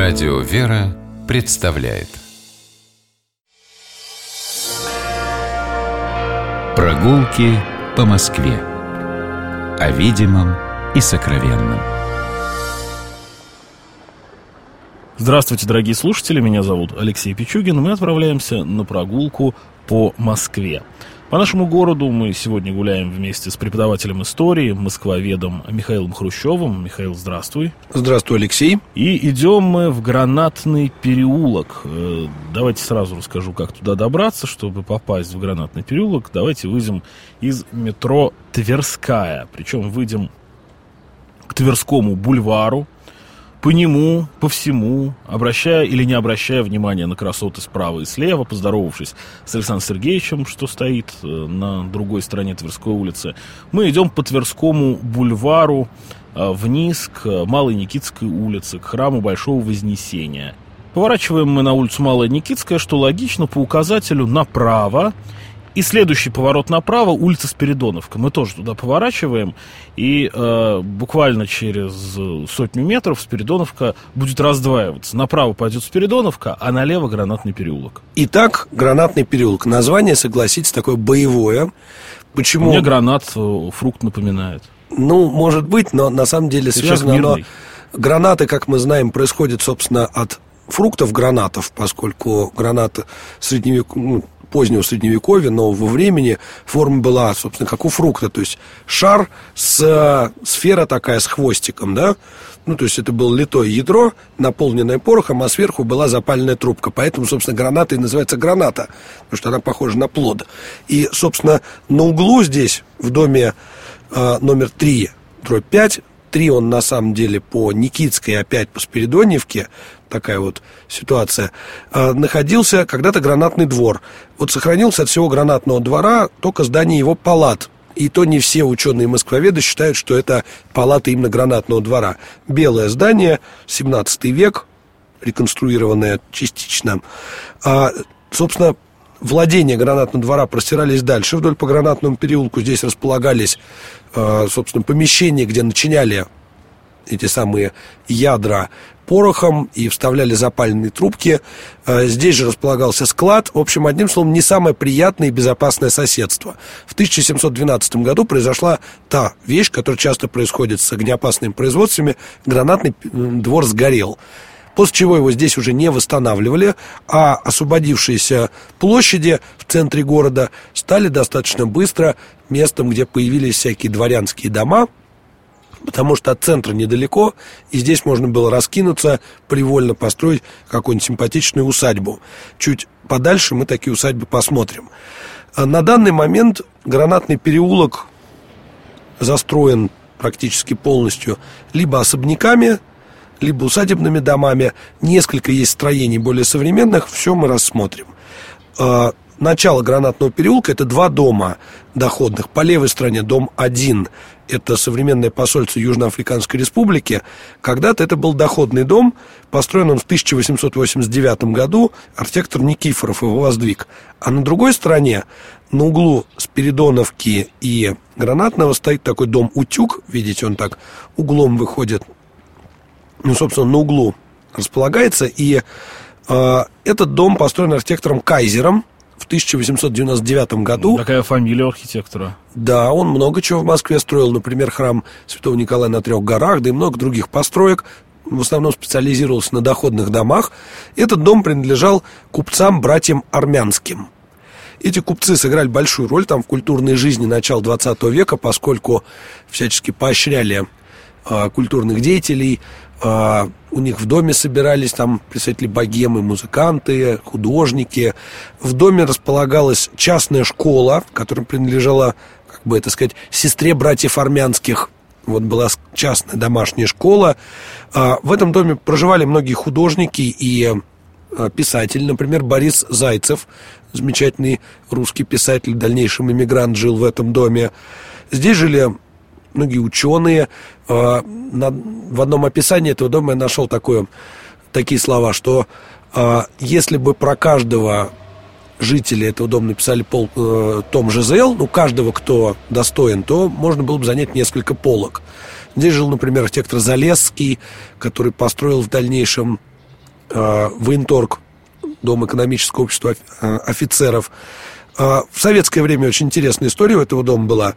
Радио «Вера» представляет прогулки по Москве. О видимом и сокровенном. Здравствуйте, дорогие слушатели, меня зовут Алексей Пичугин. Мы отправляемся на прогулку по Москве. По нашему городу мы сегодня гуляем вместе с преподавателем истории, москвоведом Михаилом Хрущевым. Михаил, здравствуй. Здравствуй, Алексей. И идем мы в Гранатный переулок. Давайте сразу расскажу, как туда добраться. Чтобы попасть в Гранатный переулок, давайте выйдем из метро Тверская. Причем выйдем к Тверскому бульвару. По нему, по всему, обращая или не обращая внимания на красоты справа и слева, поздоровавшись с Александром Сергеевичем, что стоит на другой стороне Тверской улицы, мы идем по Тверскому бульвару вниз к Малой Никитской улице, к храму Большого Вознесения. Поворачиваем мы на улицу Малая Никитская, что логично, по указателю направо. И следующий поворот направо — улица Спиридоновка. Мы тоже туда поворачиваем. И буквально через 100 метров Спиридоновка будет раздваиваться. Направо пойдет Спиридоновка, а налево Гранатный переулок. Итак, Гранатный переулок. Название, согласитесь, такое боевое. Почему? Мне гранат фрукт напоминает. Ну, может быть, но на самом деле связано оно... Гранаты, как мы знаем, происходят, собственно, от фруктов гранатов, поскольку гранаты позднего средневековья, нового времени, форма была, собственно, как у фрукта, то есть шар, сфера такая с хвостиком, да, ну, то есть это было литое ядро, наполненное порохом, а сверху была запальная трубка, поэтому, собственно, граната и называется граната, потому что она похожа на плод. И, собственно, на углу здесь, в доме номер 3/5, 3 он на самом деле по Никитской, опять по Спиридоньевке, такая вот ситуация, находился когда-то Гранатный двор. Вот сохранился от всего Гранатного двора только здание его палат. И то не все ученые-москвоведы считают, что это палаты именно Гранатного двора. Белое здание, 17 век, реконструированное частично. Собственно, владения Гранатного двора простирались дальше вдоль по Гранатному переулку. Здесь располагались, собственно, помещения, где начиняли эти самые ядра порохом и вставляли запальные трубки. Здесь же располагался склад. В общем, одним словом, не самое приятное и безопасное соседство. В 1712 году произошла та вещь, которая часто происходит с огнеопасными производствами. Гранатный двор сгорел. После чего его здесь уже не восстанавливали, а освободившиеся площади в центре города стали достаточно быстро местом, где появились всякие дворянские дома, потому что от центра недалеко, и здесь можно было раскинуться, привольно построить какую-нибудь симпатичную усадьбу. Чуть подальше мы такие усадьбы посмотрим. На данный момент Гранатный переулок застроен практически полностью либо особняками, либо усадебными домами. Несколько есть строений более современных, все мы рассмотрим. Начало Гранатного переулка — это 2 дома доходных. По левой стороне дом 1 — это современное посольство Южноафриканской Республики. Когда-то это был доходный дом, построен он в 1889 году, архитектор Никифоров его воздвиг. А на другой стороне, на углу Спиридоновки и Гранатного, стоит такой дом «Утюг». Видите, он так углом выходит, собственно, на углу располагается. И этот дом построен архитектором Кайзером в 1899 году. Такая фамилия архитектора. Да, он много чего в Москве строил. Например, храм Святого Николая на 3 горах, да и много других построек. В основном специализировался на доходных домах. Этот дом принадлежал купцам-братьям Армянским. Эти купцы сыграли большую роль там в культурной жизни начала 20 века, поскольку всячески поощряли культурных деятелей. У них в доме собирались там представители богемы, музыканты, художники. В доме располагалась частная школа, которая принадлежала, как бы это сказать, сестре братьев Армянских. Вот была частная домашняя школа. В этом доме проживали многие художники и писатели. Например, Борис Зайцев, замечательный русский писатель, в дальнейшем эмигрант, жил в этом доме. Здесь жили многие ученые. В одном описании этого дома я нашел такие слова, что если бы про каждого жители этого дома написали том ЖЗЛ, ну, каждого, кто достоин, то можно было бы занять несколько полок. Здесь жил, например, архитектор Залесский, который построил в дальнейшем военторг, Дом экономического общества офицеров. В советское время очень интересная история у этого дома была.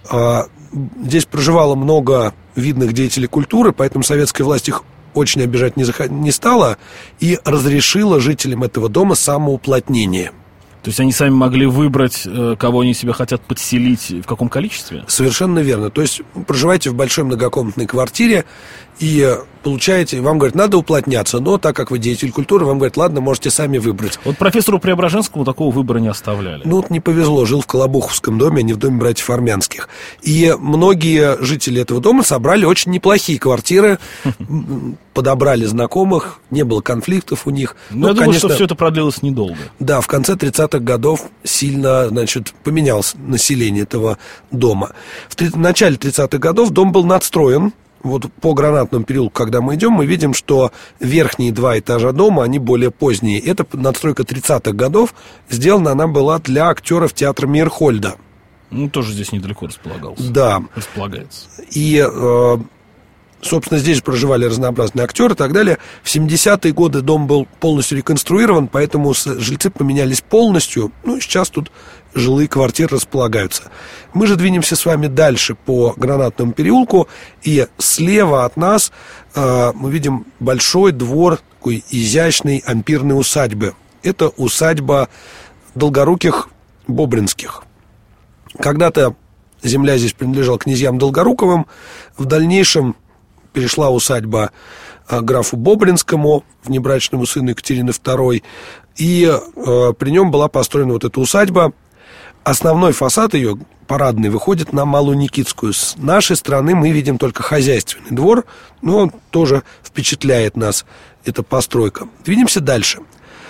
Здесь проживало много видных деятелей культуры, поэтому советская власть их очень обижать не стала и разрешила жителям этого дома самоуплотнение. То есть они сами могли выбрать, кого они себе хотят подселить, в каком количестве? Совершенно верно. То есть проживаете в большой многокомнатной квартире и получаете, вам говорят, надо уплотняться, но так как вы деятель культуры, вам говорят, ладно, можете сами выбрать. Вот профессору Преображенскому такого выбора не оставляли. Ну, не повезло, жил в Колобуховском доме, а не в доме братьев Армянских. И многие жители этого дома собрали очень неплохие квартиры, подобрали знакомых, не было конфликтов у них. Но я думаю, что все это продлилось недолго. Да, в конце 30-х годов сильно, поменялось население этого дома. В начале 30-х годов дом был надстроен. Вот по Гранатному переулку, когда мы идем, мы видим, что верхние 2 этажа дома, они более поздние. Это надстройка 30-х годов. Сделана она была для актеров театра Мейерхольда. Ну, тоже здесь недалеко располагался. Да. Располагается. И, собственно, здесь проживали разнообразные актеры и так далее. В 70-е годы дом был полностью реконструирован, поэтому жильцы поменялись полностью. Ну, сейчас тут жилые квартиры располагаются. Мы же двинемся с вами дальше по Гранатному переулку, и слева от нас мы видим большой двор такой изящной ампирной усадьбы. Это усадьба Долгоруких Бобринских. Когда-то земля здесь принадлежала князьям Долгоруковым, в дальнейшем перешла усадьба графу Бобринскому, внебрачному сыну Екатерины II, и при нем была построена вот эта усадьба. Основной фасад ее, парадный, выходит на Малую Никитскую. С нашей стороны мы видим только хозяйственный двор, но он тоже впечатляет нас, эта постройка. Двинемся дальше.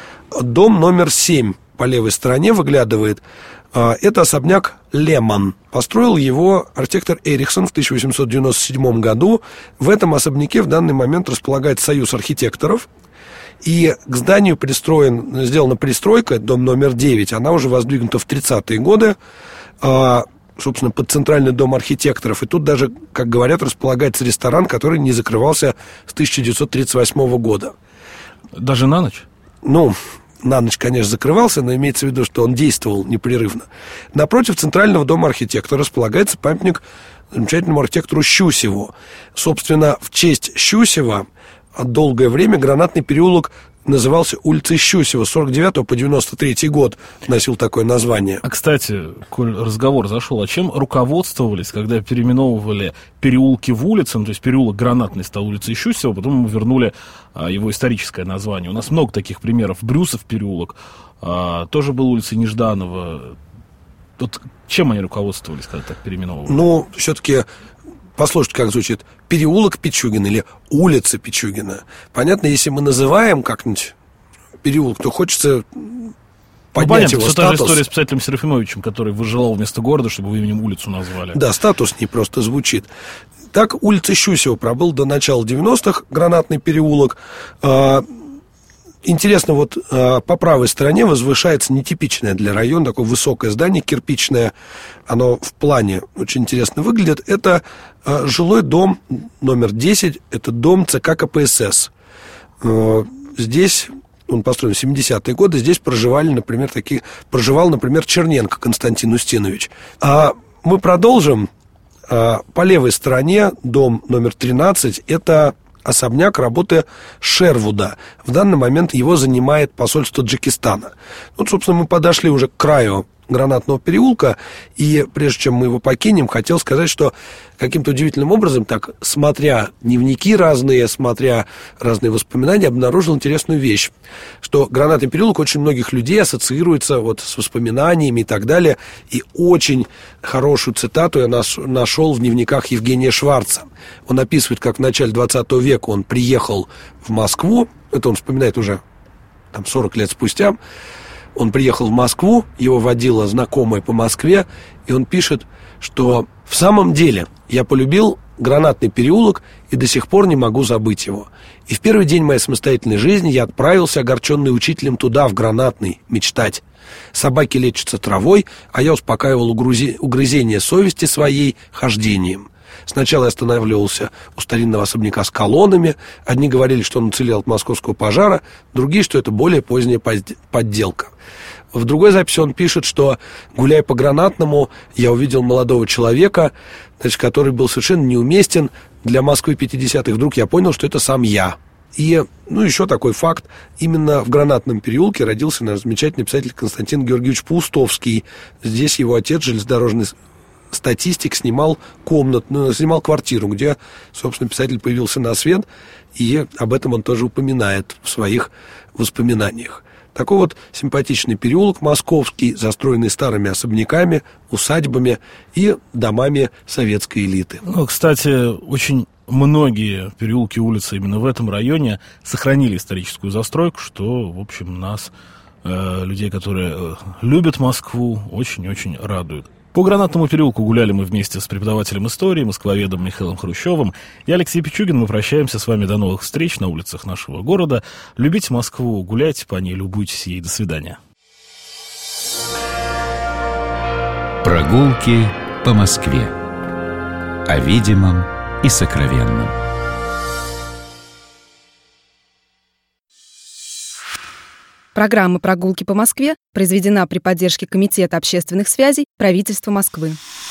Дом номер 7 по левой стороне выглядывает. Это особняк Леман. Построил его архитектор Эриксон в 1897 году. В этом особняке в данный момент располагается союз архитекторов. И к зданию сделана пристройка, дом номер 9. Она уже воздвигнута в 30-е годы, собственно, под центральный дом архитекторов. И тут даже, как говорят, располагается ресторан, который не закрывался с 1938 года. Даже на ночь? Ну, на ночь, конечно, закрывался, но имеется в виду, что он действовал непрерывно. Напротив центрального дома архитектора располагается памятник замечательному архитектору Щусеву. Собственно, в честь Щусева долгое время Гранатный переулок назывался улицей Щусева. С 49 по 93 год носил такое название. А, кстати, коль разговор зашел, а чем руководствовались, когда переименовывали переулки в улицы, ну, то есть переулок Гранатный стал улицей Щусева, потом мы вернули его историческое название. У нас много таких примеров. Брюсов переулок тоже был улицей Нежданова. Вот чем они руководствовались, когда так переименовывали? Ну, все-таки послушайте, как звучит. Переулок Пичугина или улица Пичугина. Понятно, если мы называем как-нибудь переулок, то хочется поднять его статус. Это та же история с писателем Серафимовичем, который выжелал вместо города, чтобы его именем улицу назвали. Да, статус не просто звучит. Так, улица Щусева пробыл до начала 90-х, Гранатный переулок. Интересно, вот по правой стороне возвышается нетипичное для района такое высокое здание, кирпичное. Оно в плане очень интересно выглядит. Это жилой дом номер 10. Это дом ЦК КПСС. Здесь, он построен в 70-е годы, здесь проживал, например, Черненко Константин Устинович. А мы продолжим. По левой стороне дом номер 13. Это особняк работы Шервуда. В данный момент его занимает посольство Таджикистана. Вот, собственно, мы подошли уже к краю Гранатного переулка, и прежде чем мы его покинем, хотел сказать, что каким-то удивительным образом, так, смотря дневники разные, смотря разные воспоминания, обнаружил интересную вещь, что Гранатный переулок очень многих людей ассоциируется вот с воспоминаниями и так далее, и очень хорошую цитату я нашел в дневниках Евгения Шварца. Он описывает, как в начале 20 века он приехал в Москву, это он вспоминает уже там 40 лет спустя. Он приехал в Москву, его водила знакомая по Москве, и он пишет, что в самом деле я полюбил Гранатный переулок и до сих пор не могу забыть его. И в первый день моей самостоятельной жизни я отправился, огорченный учителем, туда, в Гранатный, мечтать. Собаки лечатся травой, а я успокаивал угрызение совести своей хождением. Сначала я останавливался у старинного особняка с колоннами. Одни говорили, что он уцелел от московского пожара, другие, что это более поздняя подделка. В другой записи он пишет, что, гуляя по Гранатному, я увидел молодого человека, значит, который был совершенно неуместен для Москвы 50-х. Вдруг я понял, что это сам я. И, еще такой факт. Именно в Гранатном переулке родился наш замечательный писатель Константин Георгиевич Паустовский. Здесь его отец, железнодорожный статистик, снимал квартиру, где, собственно, писатель появился на свет. И об этом он тоже упоминает в своих воспоминаниях. Такой вот симпатичный переулок московский, застроенный старыми особняками, усадьбами и домами советской элиты. Кстати, очень многие переулки, улицы именно в этом районе сохранили историческую застройку, что, в общем, нас, людей, которые любят Москву, очень-очень радует. По Гранатному переулку гуляли мы вместе с преподавателем истории, москвоведом Михаилом Хрущевым. Я Алексей Пичугин. Мы прощаемся с вами до новых встреч на улицах нашего города. Любите Москву, гуляйте по ней, любуйтесь ей. До свидания. Прогулки по Москве. О видимом и сокровенном. Программа «Прогулки по Москве» произведена при поддержке Комитета общественных связей правительства Москвы.